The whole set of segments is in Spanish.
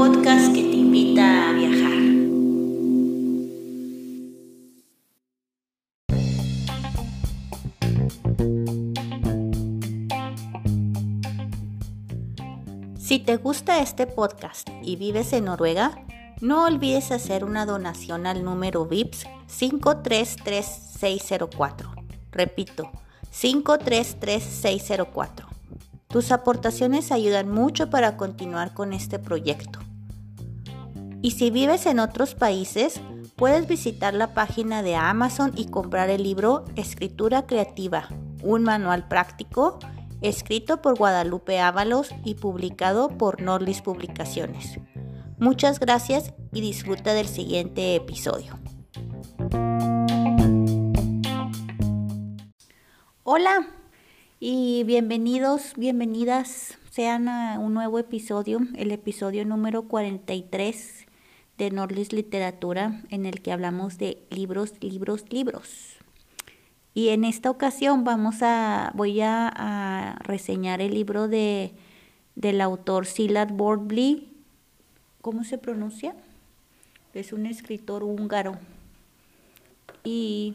podcast que te invita a viajar. Si te gusta este podcast y vives en Noruega, no olvides hacer una donación al número VIPS 533604. Repito, 533604. Tus aportaciones ayudan mucho para continuar con este proyecto. Y si vives en otros países, puedes visitar la página de Amazon y comprar el libro Escritura Creativa, un manual práctico, escrito por Guadalupe Ábalos y publicado por Norlis Publicaciones. Muchas gracias y disfruta del siguiente episodio. Hola y bienvenidos, bienvenidas sean a un nuevo episodio, el episodio número 43 de Norlis Literatura, en el que hablamos de libros. Y en esta ocasión voy a reseñar el libro del autor Szilárd Borbély. ¿Cómo se pronuncia? Es un escritor húngaro. Y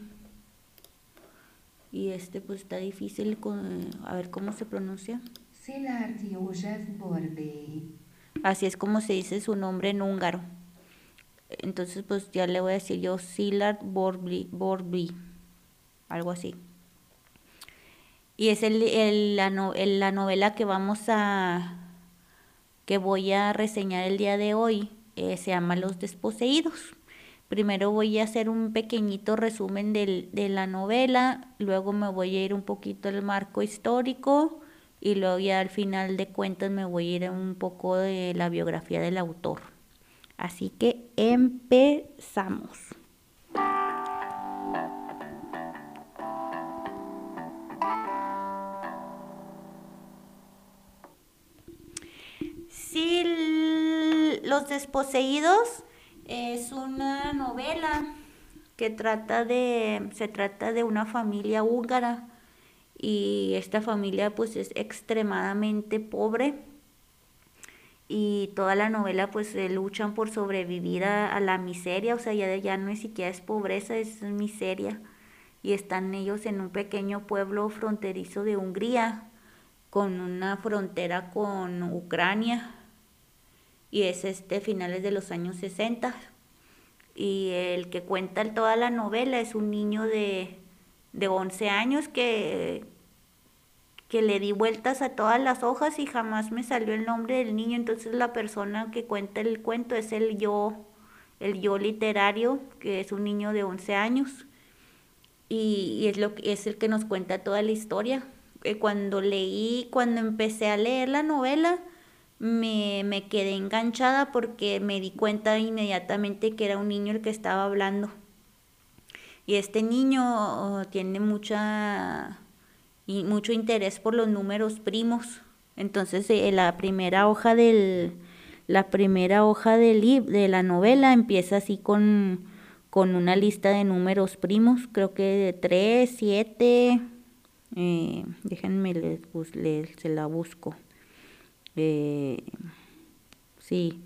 pues está difícil a ver cómo se pronuncia. Szilárd József Borbély. Así es como se dice su nombre en húngaro. Entonces pues ya le voy a decir yo Szilárd Borbély, algo así. Y es la novela que voy a reseñar el día de hoy. Se llama Los Desposeídos. Primero voy a hacer un pequeñito resumen de la novela, luego me voy a ir un poquito al marco histórico y luego ya al final de cuentas me voy a ir un poco de la biografía del autor. Así que empezamos. Sí, Los Desposeídos es una novela que se trata de una familia húngara y esta familia pues es extremadamente pobre y toda la novela pues luchan por sobrevivir a la miseria, o sea, ya no ni siquiera es pobreza, es miseria, y están ellos en un pequeño pueblo fronterizo de Hungría con una frontera con Ucrania, y es finales de los años 60, y el que cuenta toda la novela es un niño de 11 años que le di vueltas a todas las hojas y jamás me salió el nombre del niño. Entonces la persona que cuenta el cuento es el yo literario, que es un niño de 11 años, y es el que nos cuenta toda la historia. Cuando empecé a leer la novela, me quedé enganchada porque me di cuenta inmediatamente que era un niño el que estaba hablando. Y este niño tiene mucho interés por los números primos. Entonces la primera hoja de la novela empieza así con una lista de números primos, creo que de 3, 7, déjenme se la busco. Sí,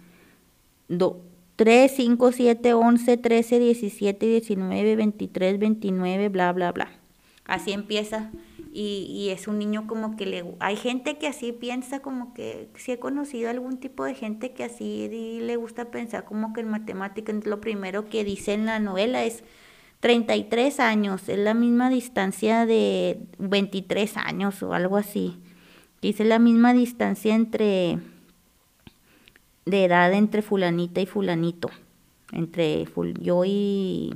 3, 5, 7, 11, 13, 17, 19, 23, 29, bla, bla, bla. Así empieza. Y es un niño como que hay gente que así piensa, como que sí he conocido algún tipo de gente que así le gusta pensar como que en matemáticas. Lo primero que dice en la novela es 33 años, es la misma distancia de 23 años o algo así. Dice la misma distancia de edad entre fulanita y fulanito. Entre yo y...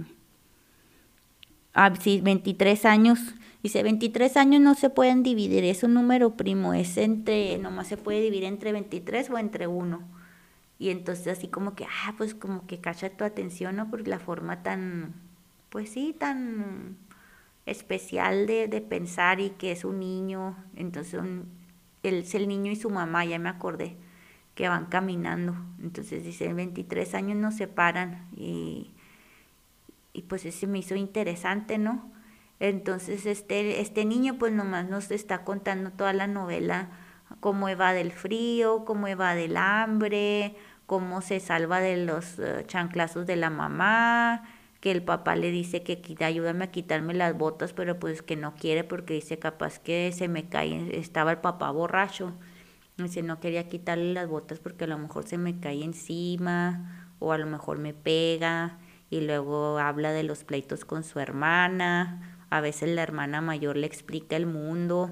sí, 23 años. Dice, 23 años no se pueden dividir, es un número primo, nomás se puede dividir entre 23 o entre 1. Y entonces así como que, pues como que cacha tu atención, ¿no? Por la forma tan, pues sí, tan especial de pensar, y que es un niño. Entonces es el niño y su mamá, ya me acordé, que van caminando. Entonces dice, 23 años nos separan, y pues eso me hizo interesante, ¿no? Entonces este niño pues nomás nos está contando toda la novela, cómo evade el frío, cómo evade el hambre, cómo se salva de los chanclazos de la mamá, que el papá le dice que ayúdame a quitarme las botas, pero pues que no quiere porque dice capaz que se me cae, estaba el papá borracho. Dice, no quería quitarle las botas porque a lo mejor se me cae encima o a lo mejor me pega. Y luego habla de los pleitos con su hermana. A veces la hermana mayor le explica el mundo.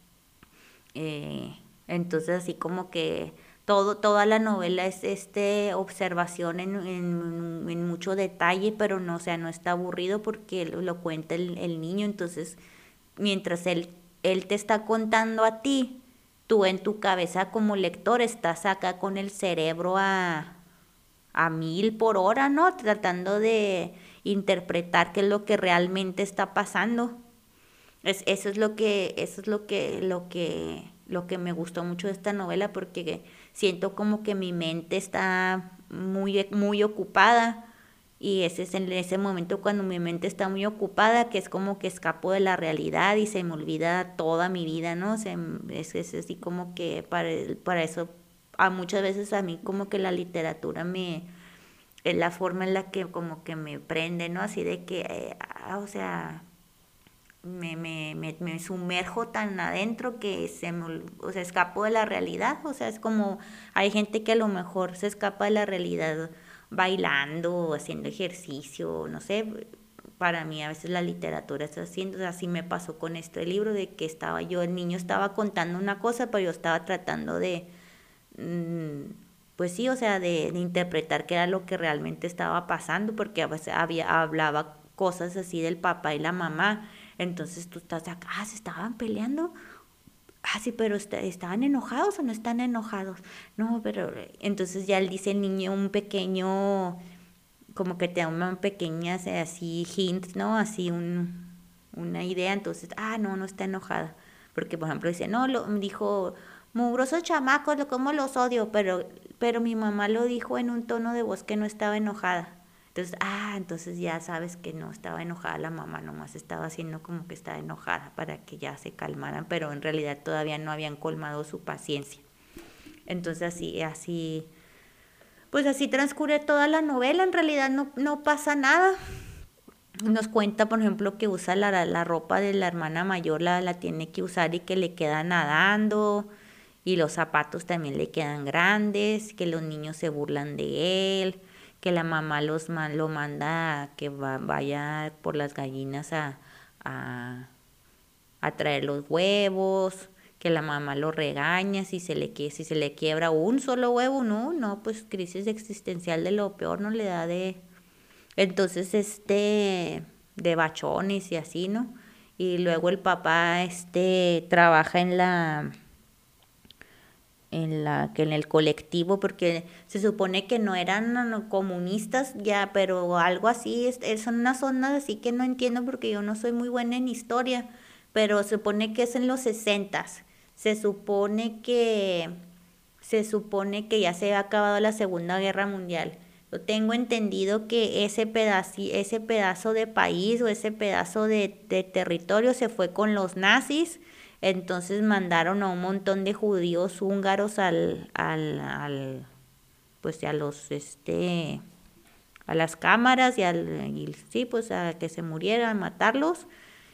Entonces así como que toda la novela es observación en mucho detalle, pero no, o sea, no está aburrido porque lo cuenta el niño. Entonces, mientras él te está contando a ti, tú en tu cabeza como lector estás acá con el cerebro a 1000 por hora, ¿no? Tratando de interpretar qué es lo que realmente está pasando. Eso es lo que me gustó mucho de esta novela porque siento como que mi mente está muy, muy ocupada y ese es en ese momento cuando mi mente está muy ocupada que es como que escapo de la realidad y se me olvida toda mi vida, ¿no? Es así como que para eso muchas veces a mí como que la literatura es la forma en la que como que me prende, ¿no? Así de que, o sea, me sumerjo tan adentro que o sea, escapo de la realidad. O sea, es como, hay gente que a lo mejor se escapa de la realidad bailando o haciendo ejercicio, no sé. Para mí a veces la literatura está haciendo, o sea, así me pasó con este libro de que el niño estaba contando una cosa, pero yo estaba tratando pues sí, o sea, de interpretar qué era lo que realmente estaba pasando, porque a veces hablaba cosas así del papá y la mamá. Entonces tú estás acá, se estaban peleando. Sí, pero ¿estaban enojados o no están enojados? No, pero entonces ya él dice el niño un pequeño, como que te da una pequeñas así hint, ¿no? Así una idea. Entonces, no, no está enojada. Porque, por ejemplo, dice, no, dijo, mugrosos chamacos, cómo los odio, pero mi mamá lo dijo en un tono de voz que no estaba enojada. Entonces, entonces ya sabes que no estaba enojada la mamá, nomás estaba haciendo como que estaba enojada para que ya se calmaran, pero en realidad todavía no habían colmado su paciencia. Entonces pues así transcurre toda la novela, en realidad no pasa nada. Nos cuenta, por ejemplo, que usa la ropa de la hermana mayor, la tiene que usar y que le queda nadando, y los zapatos también le quedan grandes, que los niños se burlan de él, que la mamá lo manda a que vaya por las gallinas a, a traer los huevos, que la mamá lo regaña si se le quiebra un solo huevo, no, pues crisis existencial de lo peor, no le da de... Entonces, de bachones y así, ¿no? Y luego el papá, trabaja en el colectivo, porque se supone que no eran comunistas ya, pero algo así, son unas zonas así que no entiendo porque yo no soy muy buena en historia, pero se supone que es en los 60s. Se supone que, se supone que ya se ha acabado la Segunda Guerra Mundial. Yo tengo entendido que ese pedazo de país o ese pedazo de territorio se fue con los nazis. Entonces mandaron a un montón de judíos húngaros pues a las cámaras sí, pues a que se murieran, a matarlos.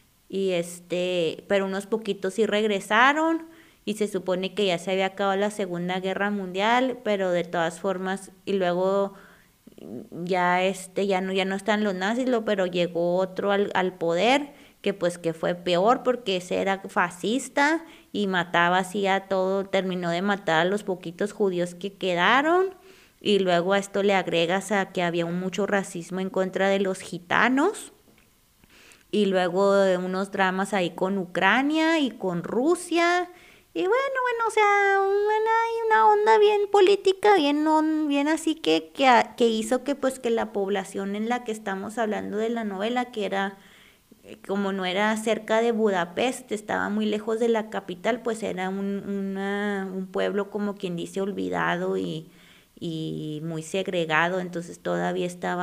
Pero unos poquitos sí regresaron y se supone que ya se había acabado la Segunda Guerra Mundial, pero de todas formas, y luego ya no están los nazis, pero llegó otro al poder que pues que fue peor porque ese era fascista y mataba así a todo, terminó de matar a los poquitos judíos que quedaron, y luego a esto le agregas a que había mucho racismo en contra de los gitanos, y luego unos dramas ahí con Ucrania y con Rusia. Y bueno, o sea, hay una onda bien política, bien así que hizo que pues que la población en la que estamos hablando de la novela, que era, como no era cerca de Budapest, estaba muy lejos de la capital, pues era un pueblo como quien dice olvidado y muy segregado. Entonces todavía estaba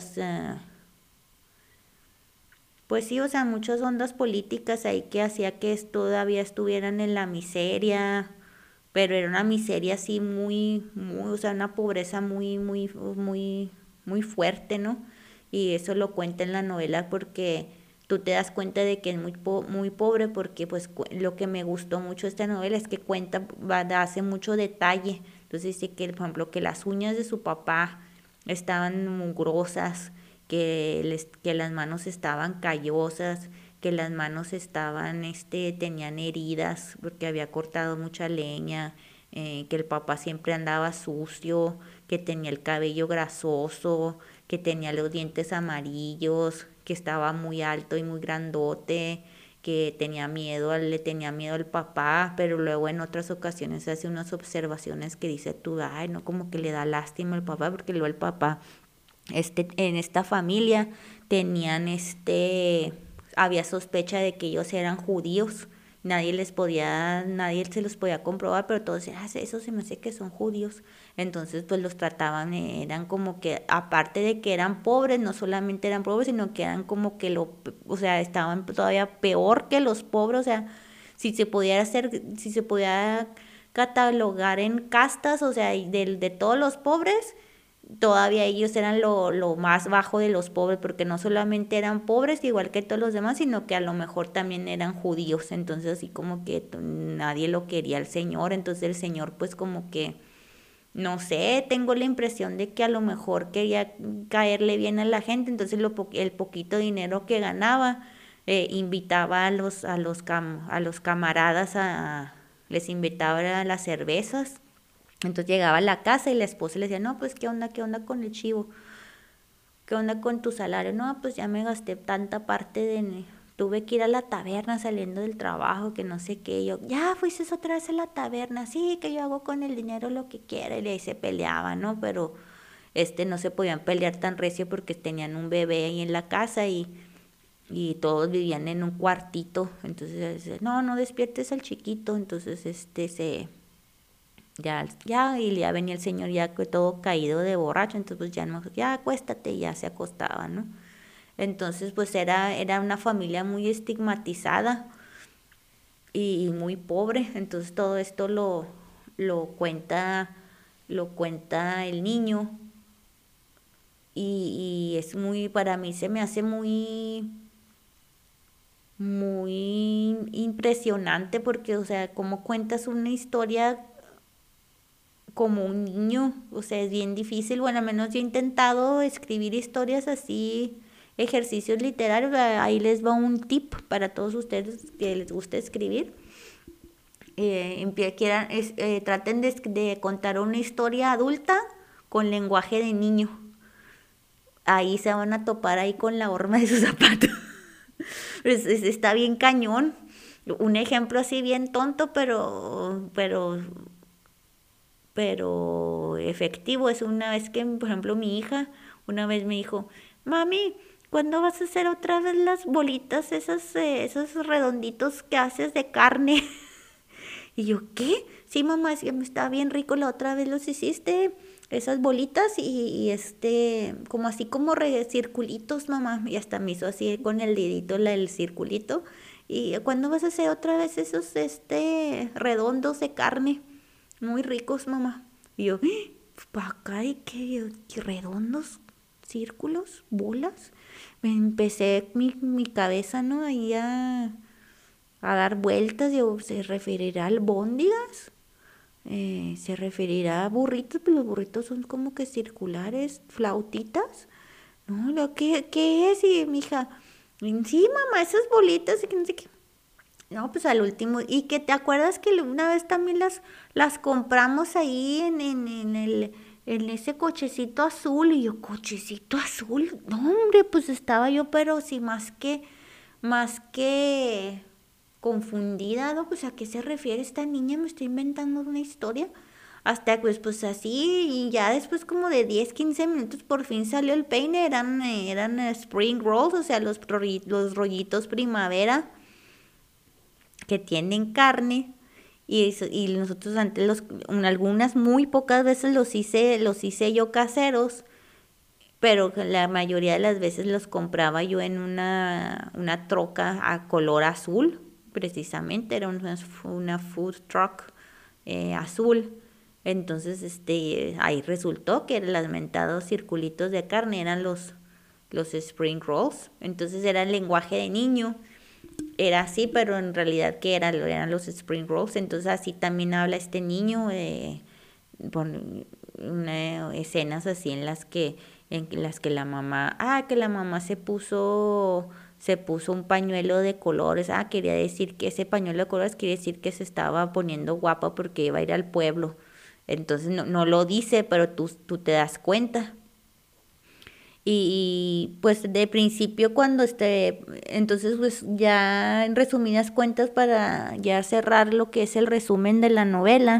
pues sí, o sea, muchas ondas políticas ahí que hacía que todavía estuvieran en la miseria, pero era una miseria así o sea, una pobreza muy fuerte, ¿no? Y eso lo cuenta en la novela porque tú te das cuenta de que es muy pobre porque pues lo que me gustó mucho de esta novela es que hace mucho detalle. Entonces dice que, por ejemplo, que las uñas de su papá estaban mugrosas, que las manos estaban callosas, que las manos tenían heridas porque había cortado mucha leña, que el papá siempre andaba sucio, que tenía el cabello grasoso, que tenía los dientes amarillos, que estaba muy alto y muy grandote, que le tenía miedo al papá, pero luego en otras ocasiones hace unas observaciones que dice tú, ay, no, como que le da lástima al papá, porque luego el papá, en esta familia tenían había sospecha de que ellos eran judíos. Nadie se los podía comprobar, pero todos decían, eso se me hace que son judíos. Entonces, pues los trataban, eran como que, aparte de que eran pobres, no solamente eran pobres, sino que eran como que o sea, estaban todavía peor que los pobres, o sea, si se podía catalogar en castas, o sea, de todos los pobres, todavía ellos eran lo más bajo de los pobres, porque no solamente eran pobres igual que todos los demás, sino que a lo mejor también eran judíos, entonces así como que nadie lo quería al Señor, entonces el Señor pues como que, no sé, tengo la impresión de que a lo mejor quería caerle bien a la gente, entonces el poquito dinero que ganaba, invitaba a los camaradas les invitaba a las cervezas. Entonces llegaba a la casa y la esposa le decía, no, pues qué onda con el chivo, qué onda con tu salario, no, pues ya me gasté tanta parte tuve que ir a la taberna saliendo del trabajo, que no sé qué, yo, ya fuiste otra vez a la taberna, sí, que yo hago con el dinero lo que quiera, y ahí se peleaban, ¿no? Pero no se podían pelear tan recio porque tenían un bebé ahí en la casa y todos vivían en un cuartito, entonces, no despiertes al chiquito, entonces y ya venía el señor ya todo caído de borracho, entonces pues ya no, ya acuéstate, y ya se acostaba, ¿no? Entonces pues era una familia muy estigmatizada y muy pobre, entonces todo esto lo cuenta, lo cuenta el niño y es para mí se me hace muy impresionante porque, o sea, cómo cuentas una historia como un niño, o sea, es bien difícil, bueno, al menos yo he intentado escribir historias así, ejercicios literarios, ahí les va un tip para todos ustedes que les gusta escribir. Traten de contar una historia adulta con lenguaje de niño. Ahí se van a topar ahí con la horma de sus zapatos. Está bien cañón. Un ejemplo así bien tonto, pero efectivo. Es una vez que, por ejemplo, mi hija una vez me dijo, mami, ¿cuándo vas a hacer otra vez las bolitas, esos redonditos que haces de carne? Y yo, ¿qué? Sí, mamá, es que me está bien rico, la otra vez los hiciste, esas bolitas y como así como circulitos, mamá. Y hasta me hizo así con el dedito el circulito. ¿Y cuándo vas a hacer otra vez esos redondos de carne? Muy ricos, mamá. Y yo, ¿para acá y qué redondos, círculos, bolas? Me empecé mi cabeza, ¿no? Ahí a dar vueltas. Digo, ¿se referirá a albóndigas? ¿Se referirá a burritos? Pero los burritos son como que circulares, flautitas. No, ¿qué es? Y mi hija, sí, mamá, esas bolitas, y que no sé qué. No, pues al último, y que te acuerdas que una vez también las compramos ahí en ese cochecito azul, y yo, cochecito azul, no hombre, pues estaba yo, pero sí, más que confundida, ¿no? Pues a qué se refiere esta niña, me estoy inventando una historia, hasta pues así, y ya después como de 10 15 minutos por fin salió el peine, eran spring rolls, o sea, los rollitos primavera, que tienen carne y nosotros antes algunas muy pocas veces los hice yo caseros, pero la mayoría de las veces los compraba yo en una troca a color azul, precisamente, era una food truck azul. Entonces, ahí resultó que los mentados circulitos de carne eran los spring rolls. Entonces era el lenguaje de niño. Era así, pero en realidad que eran los spring rolls. Entonces así también habla este niño, escenas así en las que la mamá se puso un pañuelo de colores. Quería decir que ese pañuelo de colores quiere decir que se estaba poniendo guapa porque iba a ir al pueblo. Entonces no lo dice, pero tú te das cuenta. Pues de principio entonces pues ya en resumidas cuentas para ya cerrar lo que es el resumen de la novela,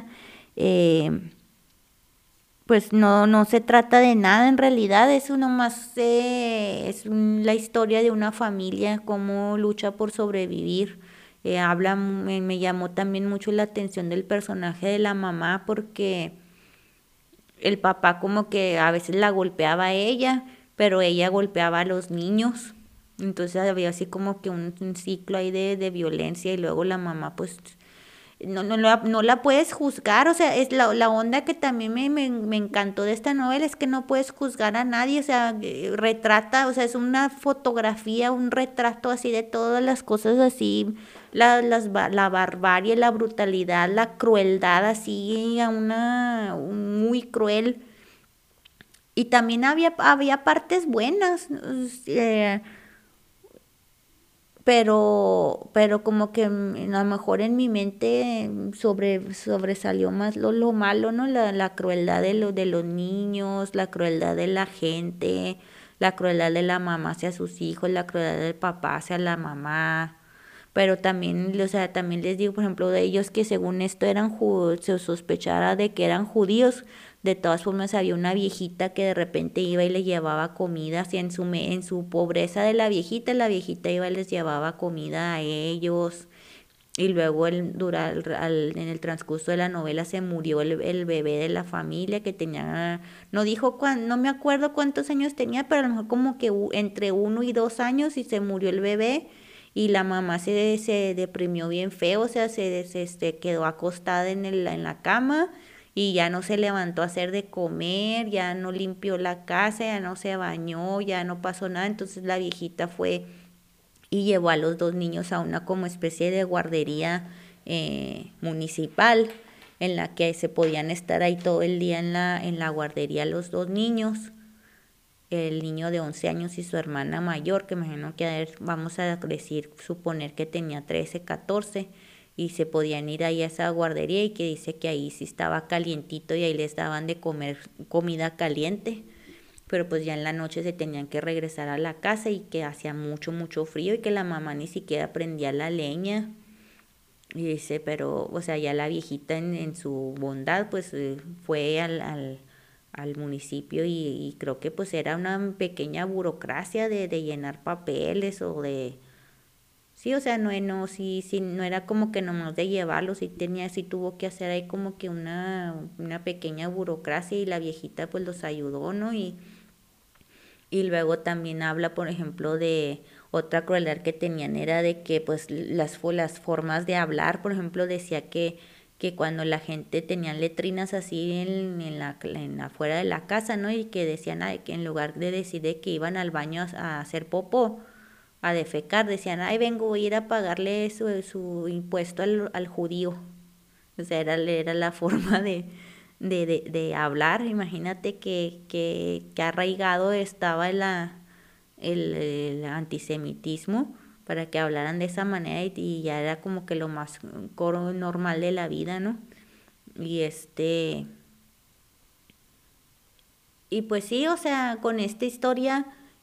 pues no se trata de nada en realidad, es uno más, la historia de una familia, cómo lucha por sobrevivir. Me llamó también mucho la atención del personaje de la mamá porque el papá como que a veces la golpeaba a ella, pero ella golpeaba a los niños. Entonces había así como que un ciclo ahí de violencia y luego la mamá pues no la puedes juzgar, o sea, es la onda que también me encantó de esta novela, es que no puedes juzgar a nadie, o sea, retrata, o sea, es una fotografía, un retrato así de todas las cosas así, la barbarie, la brutalidad, la crueldad, así, muy cruel. Y también había partes buenas, pero como que a lo mejor en mi mente sobresalió más lo malo, ¿no? La crueldad de los niños, la crueldad de la gente, la crueldad de la mamá hacia sus hijos, la crueldad del papá hacia la mamá. Pero también, o sea, también les digo, por ejemplo, de ellos que según esto se sospechara de que eran judíos. De todas formas había una viejita que de repente iba y le llevaba comida, así en su pobreza de la viejita iba y les llevaba comida a ellos. Y luego en el transcurso de la novela se murió el bebé de la familia que tenía, no dijo no me acuerdo cuántos años tenía, pero a lo mejor como que entre 1 y 2 años y se murió el bebé. Y la mamá se deprimió bien feo, o sea, se quedó acostada en la cama y ya no se levantó a hacer de comer, ya no limpió la casa, ya no se bañó, ya no pasó nada. Entonces la viejita fue y llevó a los dos niños a una como especie de guardería municipal en la que se podían estar ahí todo el día en la guardería los dos niños, el niño de 11 años y su hermana mayor, que me imagino que vamos a decir, suponer que tenía 13, 14, y se podían ir ahí a esa guardería y que dice que ahí sí estaba calientito y ahí les daban de comer comida caliente, pero pues ya en la noche se tenían que regresar a la casa y que hacía mucho, mucho frío y que la mamá ni siquiera prendía la leña. Y dice, pero, o sea, ya la viejita en su bondad, pues fue al municipio y creo que pues era una pequeña burocracia de llenar papeles o de... Sí, o sea, sí, no era como que nomás de llevarlo, sí tuvo que hacer ahí como que una pequeña burocracia y la viejita pues los ayudó, ¿no? Y luego también habla, por ejemplo, de otra crueldad que tenían era de que pues las formas de hablar, por ejemplo, decía que cuando la gente tenía letrinas así en afuera de la casa, ¿no? Y que decían que en lugar de decir de que iban al baño a hacer popó, a defecar, decían, vengo a ir a pagarle su impuesto al judío. O sea, era la forma de hablar. Imagínate que arraigado estaba el antisemitismo para que hablaran de esa manera y ya era como que lo más normal de la vida, ¿no? Y y pues sí, o sea, con esta historia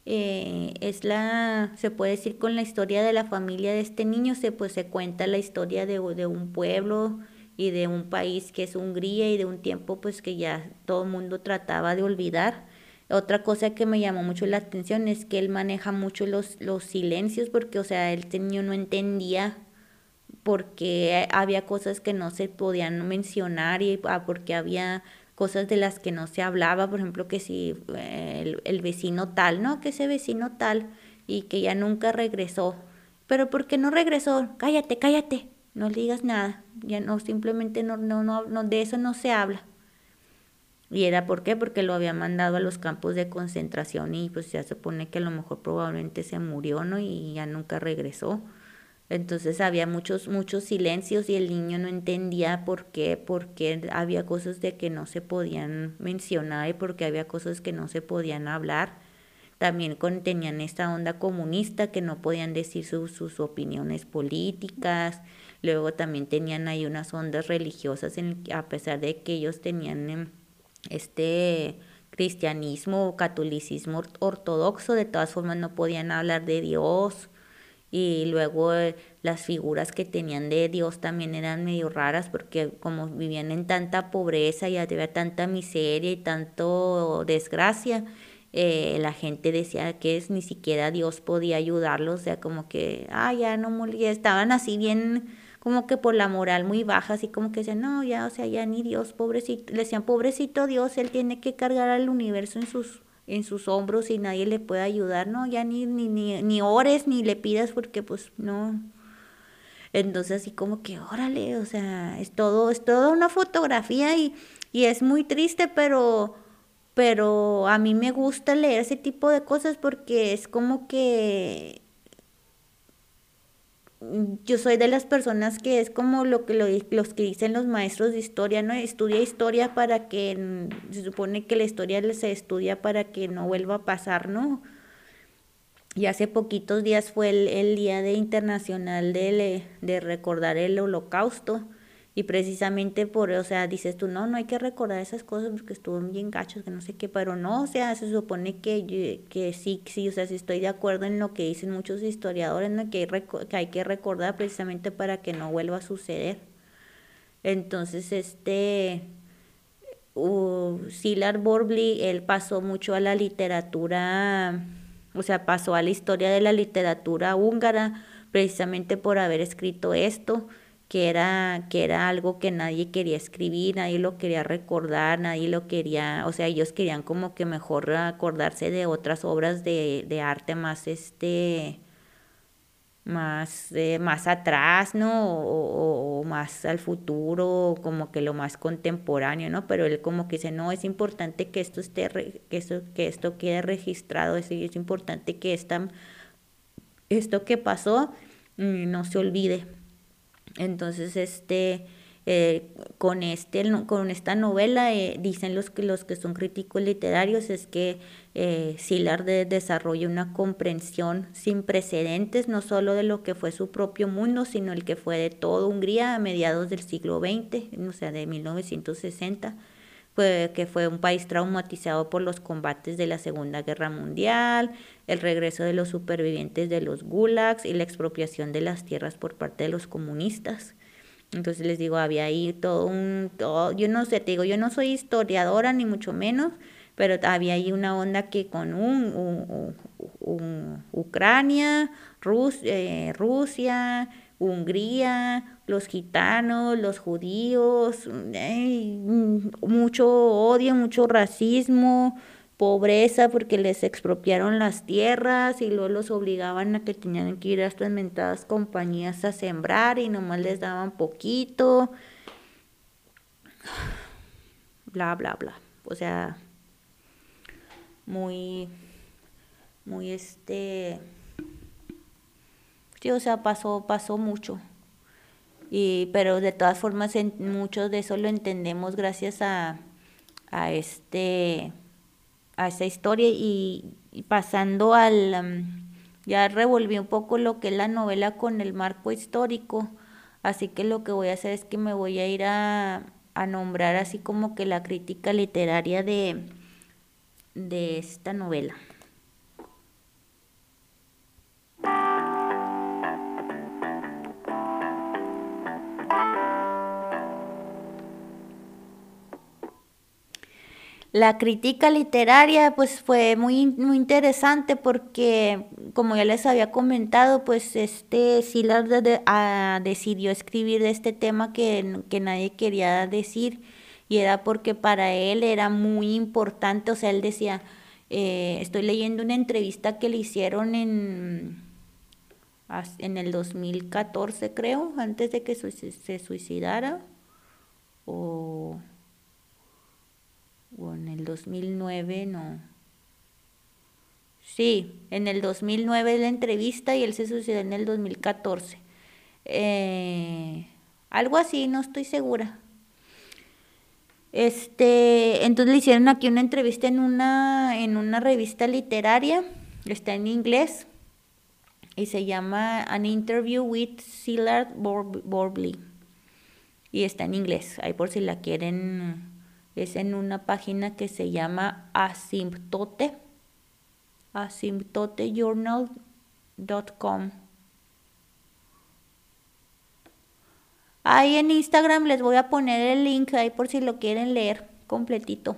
se puede decir con la historia de la familia de este niño, se cuenta la historia de un pueblo y de un país que es Hungría y de un tiempo pues que ya todo el mundo trataba de olvidar. Otra cosa que me llamó mucho la atención es que él maneja mucho los silencios porque, o sea, este niño no entendía porque había cosas que no se podían mencionar y porque había cosas de las que no se hablaba, por ejemplo, que si el vecino tal, ¿no? Que ese vecino tal y que ya nunca regresó. Pero ¿por qué no regresó? Cállate, cállate. no le digas nada, ya no, simplemente no, de eso no se habla. Y era ¿por qué? Porque lo había mandado a los campos de concentración y pues ya se supone que a lo mejor probablemente se murió, ¿no? Y ya nunca regresó. Entonces había muchos silencios y el niño no entendía por qué había cosas de que no se podían mencionar y porque había cosas que no se podían hablar. También tenían esta onda comunista que no podían decir sus opiniones políticas. Luego también tenían ahí unas ondas religiosas a pesar de que ellos tenían este cristianismo o catolicismo ortodoxo, de todas formas no podían hablar de Dios. Y luego las figuras que tenían de Dios también eran medio raras porque como vivían en tanta pobreza y había tanta miseria y tanto desgracia, la gente decía que ni siquiera Dios podía ayudarlos, o sea, como que, ya no moría, estaban así bien, como que por la moral muy baja, así como que decían, no, ya, o sea, ya ni Dios, pobrecito, le decían, pobrecito Dios, él tiene que cargar al universo en sus hombros y nadie le puede ayudar, no, ya ni ores ni le pidas porque pues no. Entonces así como que órale, o sea, es todo una fotografía y es muy triste, pero a mí me gusta leer ese tipo de cosas porque es como que yo soy de las personas que es como los que dicen los maestros de historia, ¿no? Estudia historia para que, se supone que la historia se estudia para que no vuelva a pasar, ¿no? Y hace poquitos días fue el Día Internacional de recordar el Holocausto. Y precisamente o sea, dices tú, no hay que recordar esas cosas porque estuvo bien gachos, que no sé qué, pero no, o sea, se supone que sí, o sea, sí estoy de acuerdo en lo que dicen muchos historiadores, ¿no? Que hay que recordar precisamente para que no vuelva a suceder. Entonces, Szilard Borbli, él pasó mucho a la literatura, o sea, pasó a la historia de la literatura húngara, precisamente por haber escrito esto, que era algo que nadie quería escribir, nadie lo quería recordar, nadie lo quería, o sea, ellos querían como que mejor acordarse de otras obras de arte más atrás, ¿no? O más al futuro, como que lo más contemporáneo, ¿no? Pero él como que dice, no, es importante que esto que esto quede registrado, es importante que esto que pasó no se olvide. Entonces, con esta novela, dicen los que son críticos literarios, es que Szilard desarrolla una comprensión sin precedentes, no solo de lo que fue su propio mundo, sino el que fue de toda Hungría a mediados del siglo XX, o sea, de 1960 que fue un país traumatizado por los combates de la Segunda Guerra Mundial, el regreso de los supervivientes de los gulags y la expropiación de las tierras por parte de los comunistas. Entonces les digo, había ahí yo no sé, te digo, yo no soy historiadora ni mucho menos, pero había ahí una onda que con Ucrania, Rusia, Hungría, los gitanos, los judíos, mucho odio, mucho racismo, pobreza porque les expropiaron las tierras y luego los obligaban a que tenían que ir a estas mentadas compañías a sembrar y nomás les daban poquito, bla, bla, bla. O sea, muy, muy sí, o sea, pasó mucho. Pero de todas formas, muchos de eso lo entendemos gracias a esa historia y pasando ya revolví un poco lo que es la novela con el marco histórico, así que lo que voy a hacer es que me voy a ir a nombrar así como que la crítica literaria de esta novela. La crítica literaria pues fue muy interesante porque como ya les había comentado pues Szilard decidió escribir de este tema que nadie quería decir y era porque para él era muy importante, o sea, él decía, estoy leyendo una entrevista que le hicieron en el 2014 creo, antes de que se suicidara, o, o en el 2009, no. Sí, en el 2009 la entrevista y él se suicidó en el 2014. Algo así, no estoy segura. Entonces le hicieron aquí una entrevista en una revista literaria, está en inglés y se llama An Interview with Szilard Borbély y está en inglés, ahí por si la quieren, es en una página que se llama asymptotejournal.com. Ahí en Instagram les voy a poner el link ahí por si lo quieren leer completito.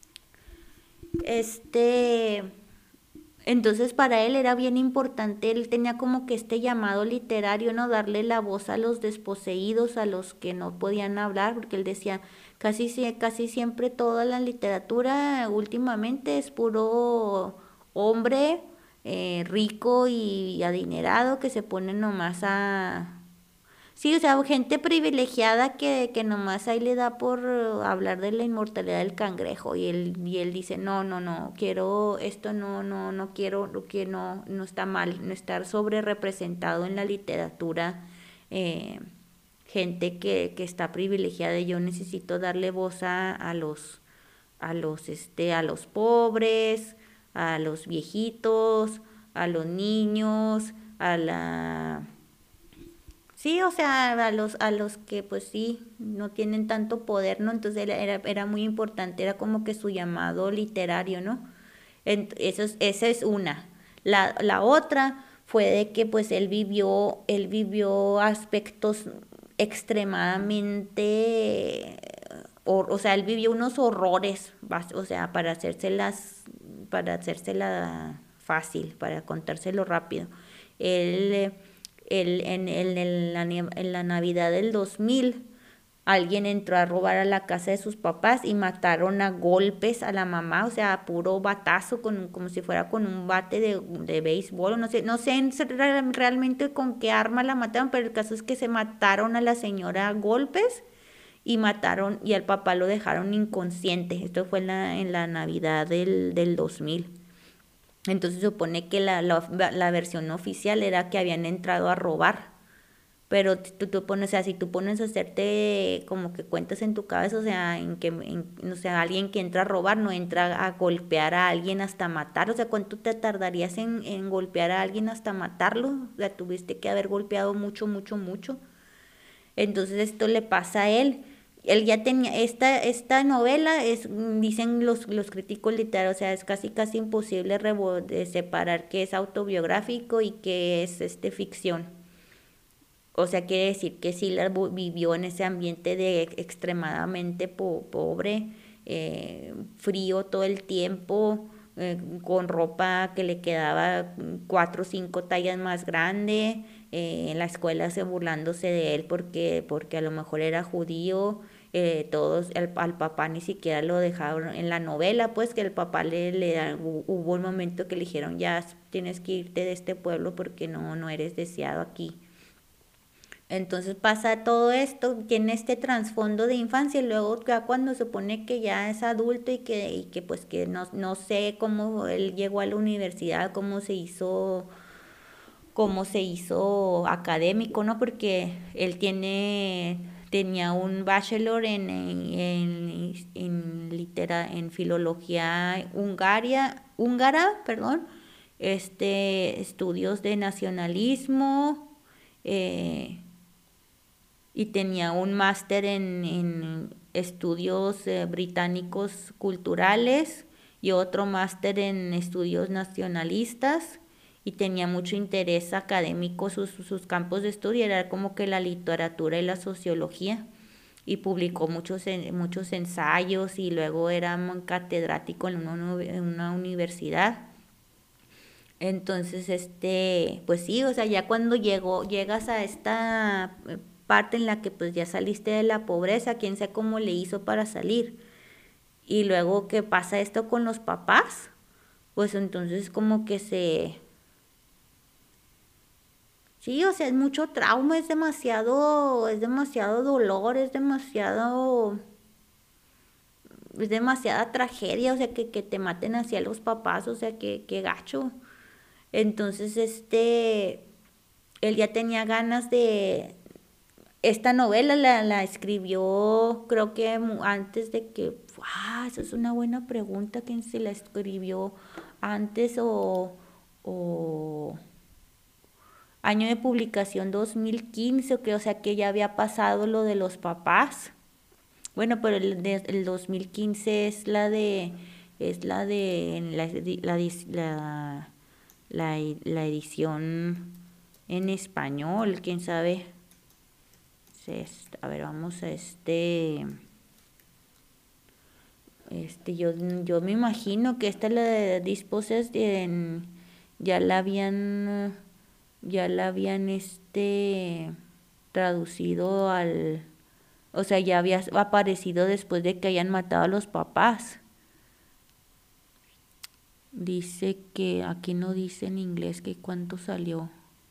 Entonces para él era bien importante, él tenía como que este llamado literario, ¿no? Darle la voz a los desposeídos, a los que no podían hablar, porque él decía, casi siempre toda la literatura últimamente es puro hombre rico y adinerado que se pone nomás a... Sí, o sea, gente privilegiada que nomás ahí le da por hablar de la inmortalidad del cangrejo y él dice, no, quiero esto, no quiero, lo que no está mal, no estar sobre representado en la literatura, eh, gente que está privilegiada y yo necesito darle voz a los pobres, a los viejitos, a los niños, a la... Sí, o sea, a los que pues sí, no tienen tanto poder, ¿no? Entonces era muy importante, era como que su llamado literario, ¿no? Esa es una. La otra fue de que pues él vivió aspectos extremadamente, o sea, él vivió unos horrores, o sea, para hacérsela fácil, para contárselo rápido. Él en la Navidad del 2000, alguien entró a robar a la casa de sus papás y mataron a golpes a la mamá, o sea, a puro batazo, como si fuera con un bate de béisbol, no sé realmente con qué arma la mataron, pero el caso es que se mataron a la señora a golpes y al papá lo dejaron inconsciente. Esto fue en la Navidad del 2000. Entonces se supone que la versión oficial era que habían entrado a robar. Pero tú pones, o sea, si tú pones a hacerte como que cuentas en tu cabeza, o sea, o sea, alguien que entra a robar no entra a golpear a alguien hasta matar. O sea, ¿cuánto te tardarías en golpear a alguien hasta matarlo? O sea, tuviste que haber golpeado mucho, mucho, mucho. Entonces esto le pasa a él. Él ya tenía esta novela, dicen los críticos literarios, o sea, es casi casi imposible de separar qué es autobiográfico y qué es ficción. O sea, quiere decir que Sylar vivió en ese ambiente de extremadamente pobre, frío todo el tiempo, con ropa que le quedaba 4 o 5 tallas más grande, en la escuela se burlándose de él porque a lo mejor era judío, todos, al papá ni siquiera lo dejaron en la novela, pues que el papá hubo un momento que le dijeron, ya tienes que irte de este pueblo porque no eres deseado aquí. Entonces pasa todo esto, tiene este trasfondo de infancia y luego ya cuando se supone que ya es adulto y que pues que no sé cómo él llegó a la universidad, cómo se hizo académico, ¿no? Porque él tenía un bachelor en filología húngara, perdón, estudios de nacionalismo, y tenía un máster en estudios británicos culturales y otro máster en estudios nacionalistas y tenía mucho interés académico, sus campos de estudio era como que la literatura y la sociología y publicó muchos ensayos y luego era catedrático en una universidad. Entonces, pues sí, o sea, ya cuando llegas a esta parte en la que pues ya saliste de la pobreza, quién sabe cómo le hizo para salir. Y luego que pasa esto con los papás, pues entonces como que Sí, o sea, es mucho trauma, es demasiado dolor, es demasiada tragedia, o sea, que te maten hacia los papás, o sea, que gacho. Entonces, él ya tenía ganas de... Esta novela la escribió, creo que antes de que... esa es una buena pregunta, ¿quién se la escribió antes o año de publicación 2015, o sea que ya había pasado lo de los papás? Bueno, pero el 2015 es la de la edición en español, quién sabe. A ver, vamos a yo me imagino que esta la de Dispossessed ya la habían, ya la habían traducido o sea, ya había aparecido después de que hayan matado a los papás. Dice que aquí no dice en inglés que cuánto salió.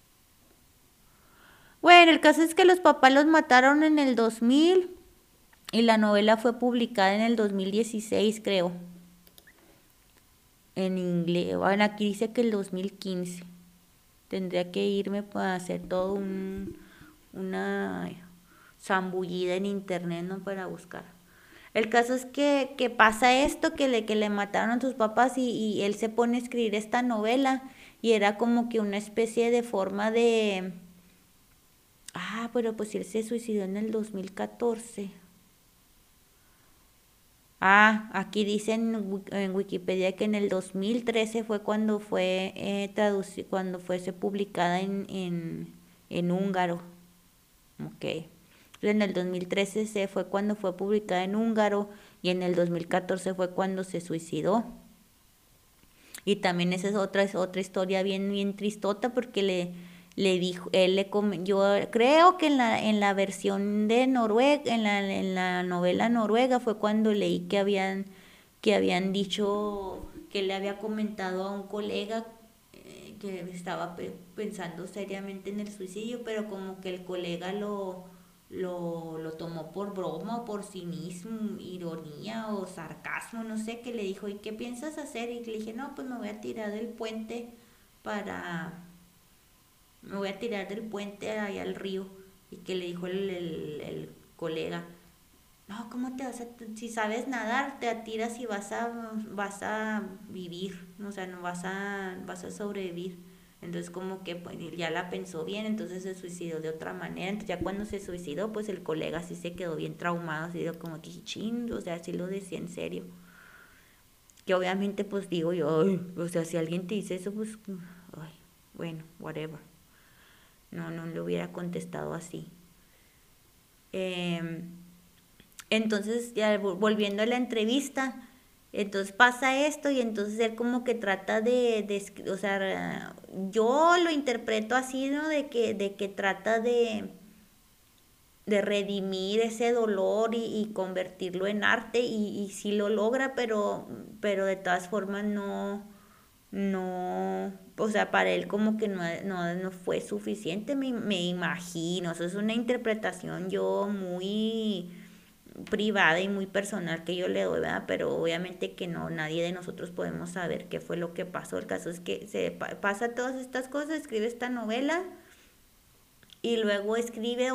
Bueno, el caso es que los papás los mataron en el 2000 y la novela fue publicada en el 2016, creo. En inglés. Bueno, aquí dice que el 2015. Tendría que irme para hacer todo una zambullida en internet, ¿no? Para buscar. El caso es que pasa esto, que le mataron a sus papás y él se pone a escribir esta novela y era como que una especie de forma de... pero pues él se suicidó en el 2014. Aquí dice en Wikipedia que en el 2013 fue cuando fue cuando fuese publicada en húngaro. Ok. En el 2013 fue cuando fue publicada en húngaro y en el 2014 fue cuando se suicidó. Y también esa es otra historia bien tristota porque le dijo, yo creo que en la versión de Noruega, en la novela noruega fue cuando leí que habían dicho, que le había comentado a un colega que estaba pensando seriamente en el suicidio, pero como que el colega lo tomó por broma o por cinismo, ironía o sarcasmo, no sé, que le dijo, ¿y qué piensas hacer? Y le dije, no, pues me voy a tirar del puente para... Me voy a tirar del puente allá al río. Y que le dijo el colega, no, ¿cómo te vas a... Si sabes nadar, te tiras y vas a vivir, o sea, no vas a sobrevivir. Entonces como que pues, ya la pensó bien, entonces se suicidó de otra manera. Entonces ya cuando se suicidó, pues el colega sí se quedó bien traumado, así de como que chin, o sea, sí lo decía en serio. Que obviamente pues digo yo, ay, o sea, si alguien te dice eso, pues, ay, bueno, whatever. No le hubiera contestado así. Entonces, ya volviendo a la entrevista, entonces pasa esto y entonces él como que trata o sea, yo lo interpreto así, ¿no? De que trata de redimir ese dolor y convertirlo en arte y sí lo logra, pero de todas formas no, o sea, para él como que no fue suficiente, me imagino, eso es una interpretación yo muy privada y muy personal que yo le doy, ¿verdad? Pero obviamente que no, nadie de nosotros podemos saber qué fue lo que pasó. El caso es que pasa todas estas cosas, escribe esta novela y luego escribe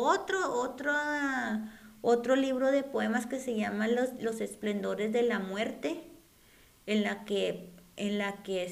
otro libro de poemas que se llama Los Esplendores de la Muerte, en la que, en la que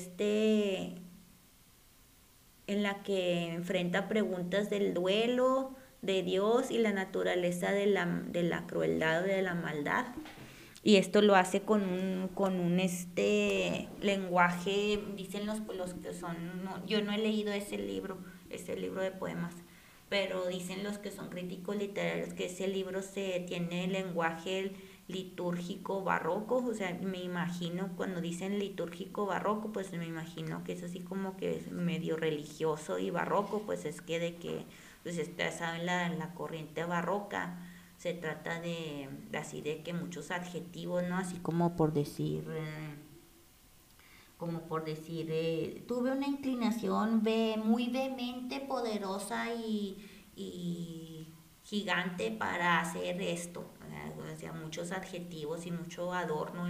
en la que enfrenta preguntas del duelo, de Dios y la naturaleza de la crueldad, de la maldad. Y esto lo hace con un lenguaje, dicen los que son, yo no he leído ese libro de poemas, pero dicen los que son críticos literarios que ese libro tiene lenguaje litúrgico barroco, o sea, me imagino cuando dicen litúrgico barroco, pues me imagino que es así como que es medio religioso y barroco, pues es que de que, pues saben la corriente barroca, se trata así de que muchos adjetivos, ¿no? Así como por decir, como por decir, tuve una inclinación muy vehemente, poderosa y gigante para hacer esto. O sea, muchos adjetivos y mucho adorno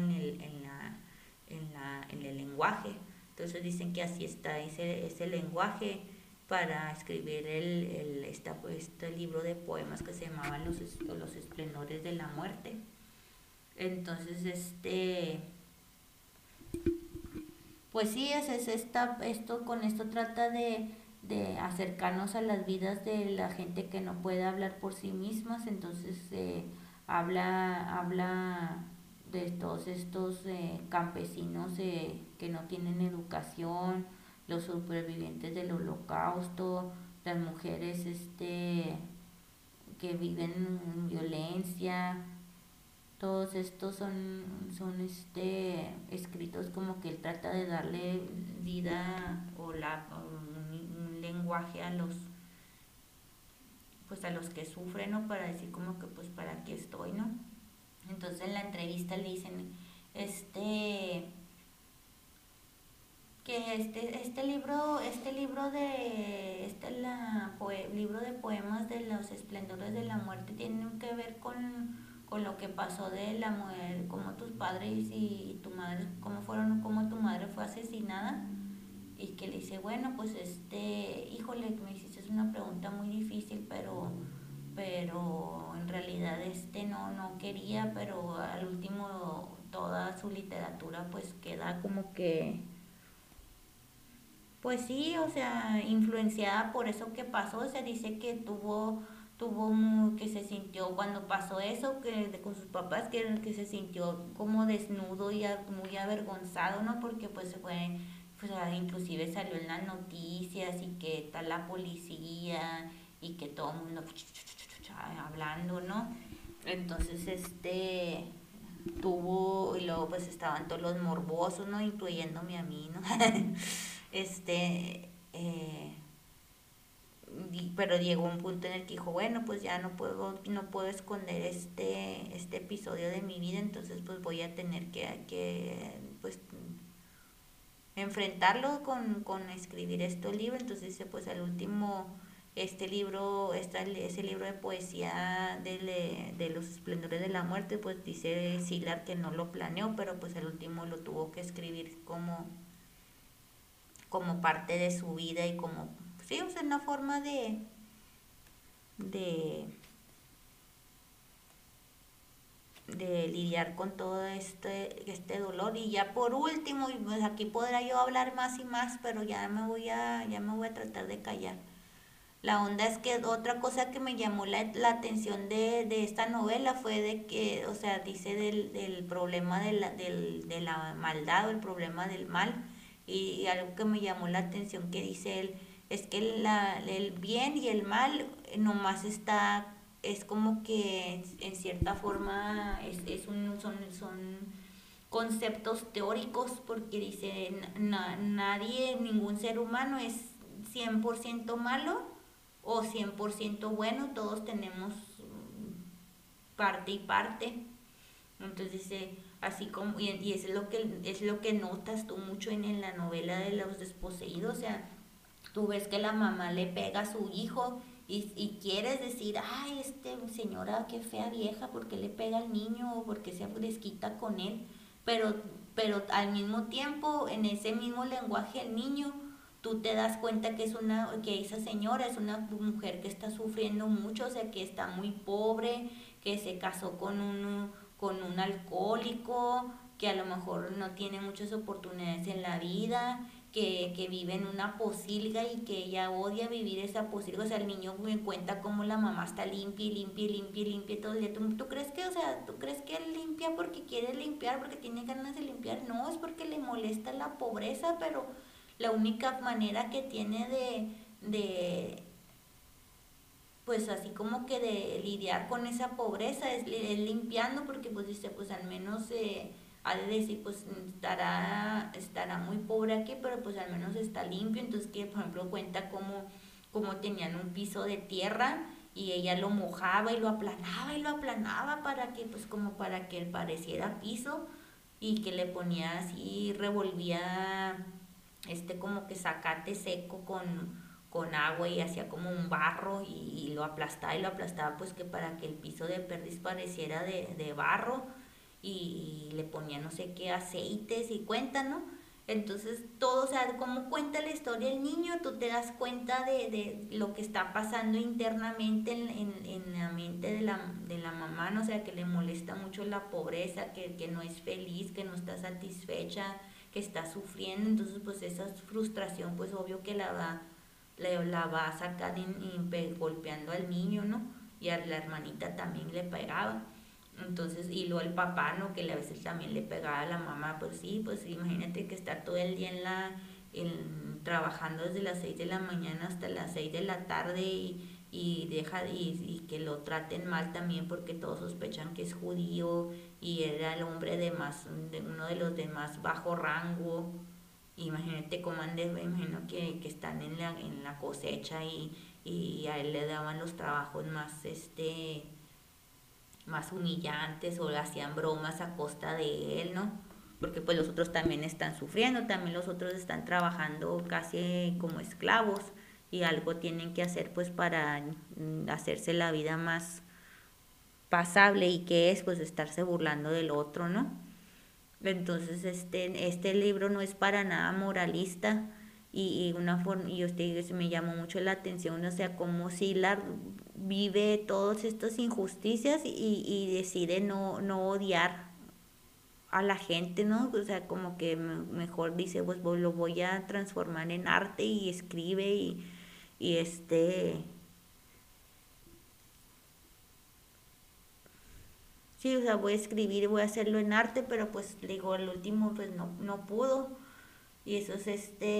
en el lenguaje. Entonces dicen que así está ese lenguaje para escribir este libro de poemas que se llamaban Los Esplendores de la Muerte. Entonces, pues sí, con esto trata de acercarnos a las vidas de la gente que no puede hablar por sí mismas. Entonces habla de todos estos campesinos que no tienen educación, los supervivientes del holocausto, las mujeres que viven en violencia. Todos estos son escritos como que él trata de darle vida o un lenguaje a los que sufren, ¿no? Para decir como que pues para aquí estoy, ¿no? Entonces en la entrevista le dicen que libro de poemas de los esplendores de la muerte tiene que ver con lo que pasó de la mujer, como tus padres y tu madre, cómo tu madre fue asesinada. Y que le dice, bueno, pues híjole, me hiciste una pregunta muy difícil, pero en realidad no quería, pero al último toda su literatura pues queda como que, pues sí, o sea, influenciada por eso que pasó. Se dice que que se sintió cuando pasó eso con sus papás, que se sintió como desnudo y muy avergonzado, ¿no? Porque pues pues inclusive salió en las noticias y que está la policía y que todo el mundo hablando, ¿no? Entonces y luego pues estaban todos los morbosos, ¿no? Incluyéndome a mí, ¿no? este eh, pero llegó un punto en el que dijo, bueno, pues ya no puedo esconder este episodio de mi vida. Entonces pues voy a tener que pues enfrentarlo con escribir este libro. Entonces dice, pues al último ese libro de poesía de los esplendores de la muerte, pues dice Sylar que no lo planeó, pero pues al último lo tuvo que escribir como parte de su vida y como, sí, o sea, una forma de, de lidiar con todo este dolor. Y ya por último, y pues aquí podrá yo hablar más y más, pero ya me voy a tratar de callar. La onda es que otra cosa que me llamó la atención de esta novela fue de que, o sea, dice del problema de la maldad o el problema del mal. Y algo que me llamó la atención que dice él es que el bien y el mal nomás es como que en cierta forma son conceptos teóricos, porque dice, nadie, ningún ser humano es 100% malo o 100% bueno. Todos tenemos parte y parte. Entonces dice, así como, y es lo que notas tú mucho en la novela de Los Desposeídos. O sea, tú ves que la mamá le pega a su hijo y quieres decir, ay, señora, qué fea vieja, ¿por qué le pega al niño o por qué se desquita con él? Pero, pero al mismo tiempo, en ese mismo lenguaje, el niño, tú te das cuenta que esa señora es una mujer que está sufriendo mucho. O sea, que está muy pobre, que se casó con un alcohólico, que a lo mejor no tiene muchas oportunidades en la vida, que vive en una posilga y que ella odia vivir esa posilga. O sea, el niño me cuenta cómo la mamá está limpia y limpia y limpia y limpia todo el día. ¿Tú crees que, o sea, tú crees que él limpia porque quiere limpiar, porque tiene ganas de limpiar? No, es porque le molesta la pobreza. Pero la única manera que tiene pues así como que de lidiar con esa pobreza es limpiando, porque pues dice, pues al menos ha de decir, pues estará muy pobre aquí, pero pues al menos está limpio. Entonces, que por ejemplo cuenta cómo tenían un piso de tierra y ella lo mojaba y lo aplanaba para que, pues como para que pareciera piso. y que le ponía así, revolvía como que zacate seco con agua y hacía como un barro y lo aplastaba pues que para que el piso de perdiz pareciera de barro y le ponía no sé qué aceites y cuenta, ¿no? Entonces todo, o sea, como cuenta la historia el niño, tú te das cuenta de lo que está pasando internamente en la mente de la mamá, ¿no? O sea, que le molesta mucho la pobreza, que no es feliz, que no está satisfecha, que está sufriendo. Entonces pues esa frustración pues obvio que la va a sacar golpeando al niño, ¿no? Y a la hermanita también le pegaba. Entonces, y luego el papá, ¿no? Que a veces también le pegaba a la mamá, pues sí, pues imagínate que estar todo el día trabajando desde las 6 de la mañana hasta las 6 de la tarde y que lo traten mal también porque todos sospechan que es judío y era el hombre de uno de los de más bajo rango. Imagínate cómo han me imagino que están en la cosecha y a él le daban los trabajos más humillantes o le hacían bromas a costa de él, ¿no? Porque pues los otros también están sufriendo, también los otros están trabajando casi como esclavos y algo tienen que hacer pues para hacerse la vida más pasable y que es pues estarse burlando del otro, ¿no? Entonces este libro no es para nada moralista y una forma y usted me llamó mucho la atención, o sea, como Sylar vive todas estas injusticias y decide no odiar a la gente, ¿no? O sea, como que mejor dice, pues lo voy a transformar en arte y escribe y sí, o sea, voy a escribir y voy a hacerlo en arte, pero pues digo, el último pues no pudo. Y eso es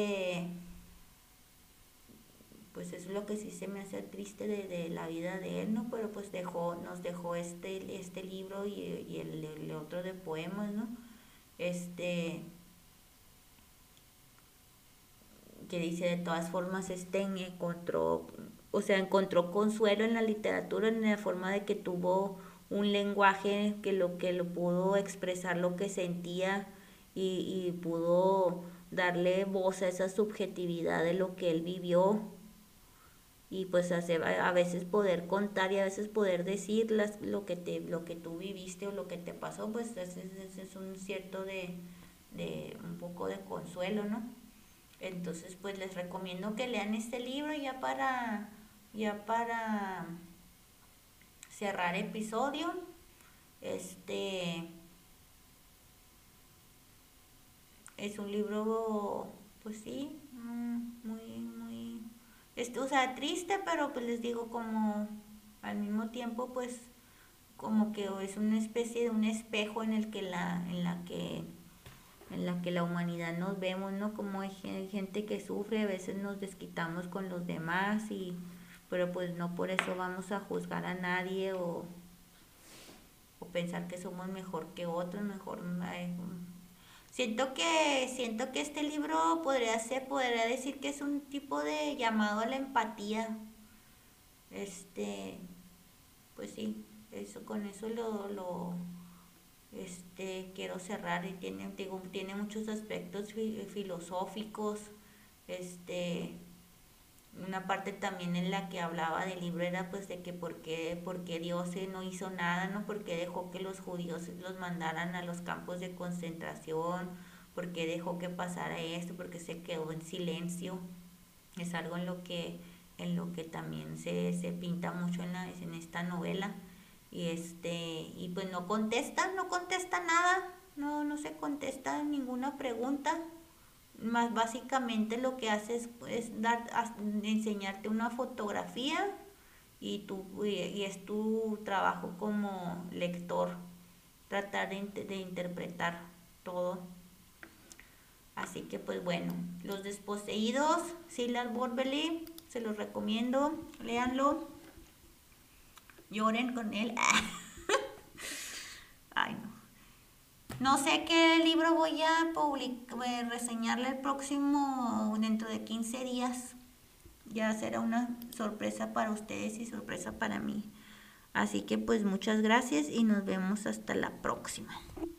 pues es lo que sí se me hace triste de la vida de él, ¿no? Pero pues nos dejó este libro y el otro de poemas, ¿no? Este, que dice de todas formas encontró consuelo en la literatura en la forma de que tuvo un lenguaje que lo pudo expresar lo que sentía y pudo darle voz a esa subjetividad de lo que él vivió y pues a veces poder contar y a veces poder decir lo que tú viviste o lo que te pasó, pues es un cierto de un poco de consuelo, ¿no? Entonces, pues les recomiendo que lean este libro ya para cerrar episodio. Este es un libro, pues sí, muy, muy, o sea, triste, pero pues les digo como al mismo tiempo, pues como que es una especie de un espejo en la que la humanidad nos vemos, ¿no? Como hay gente que sufre, a veces nos desquitamos con los demás pero pues no por eso vamos a juzgar a nadie o pensar que somos mejor que otros, mejor siento que este libro podría decir que es un tipo de llamado a la empatía. Este, pues sí, con eso quiero cerrar y tiene muchos aspectos filosóficos. Este, una parte también en la que hablaba del libro era pues de que por qué Dios no hizo nada, ¿no? Porque dejó que los judíos los mandaran a los campos de concentración, porque dejó que pasara esto, porque se quedó en silencio. Es algo en lo que también se pinta mucho en esta novela y pues no contesta nada, no se contesta ninguna pregunta. Más básicamente lo que hace es enseñarte una fotografía y es tu trabajo como lector tratar de interpretar todo. Así que pues bueno, Los Desposeídos, Sylar Borbeli, se los recomiendo, léanlo, lloren con él. Ay, no. No sé qué libro voy a reseñarle dentro de 15 días. Ya será una sorpresa para ustedes y sorpresa para mí. Así que pues muchas gracias y nos vemos hasta la próxima.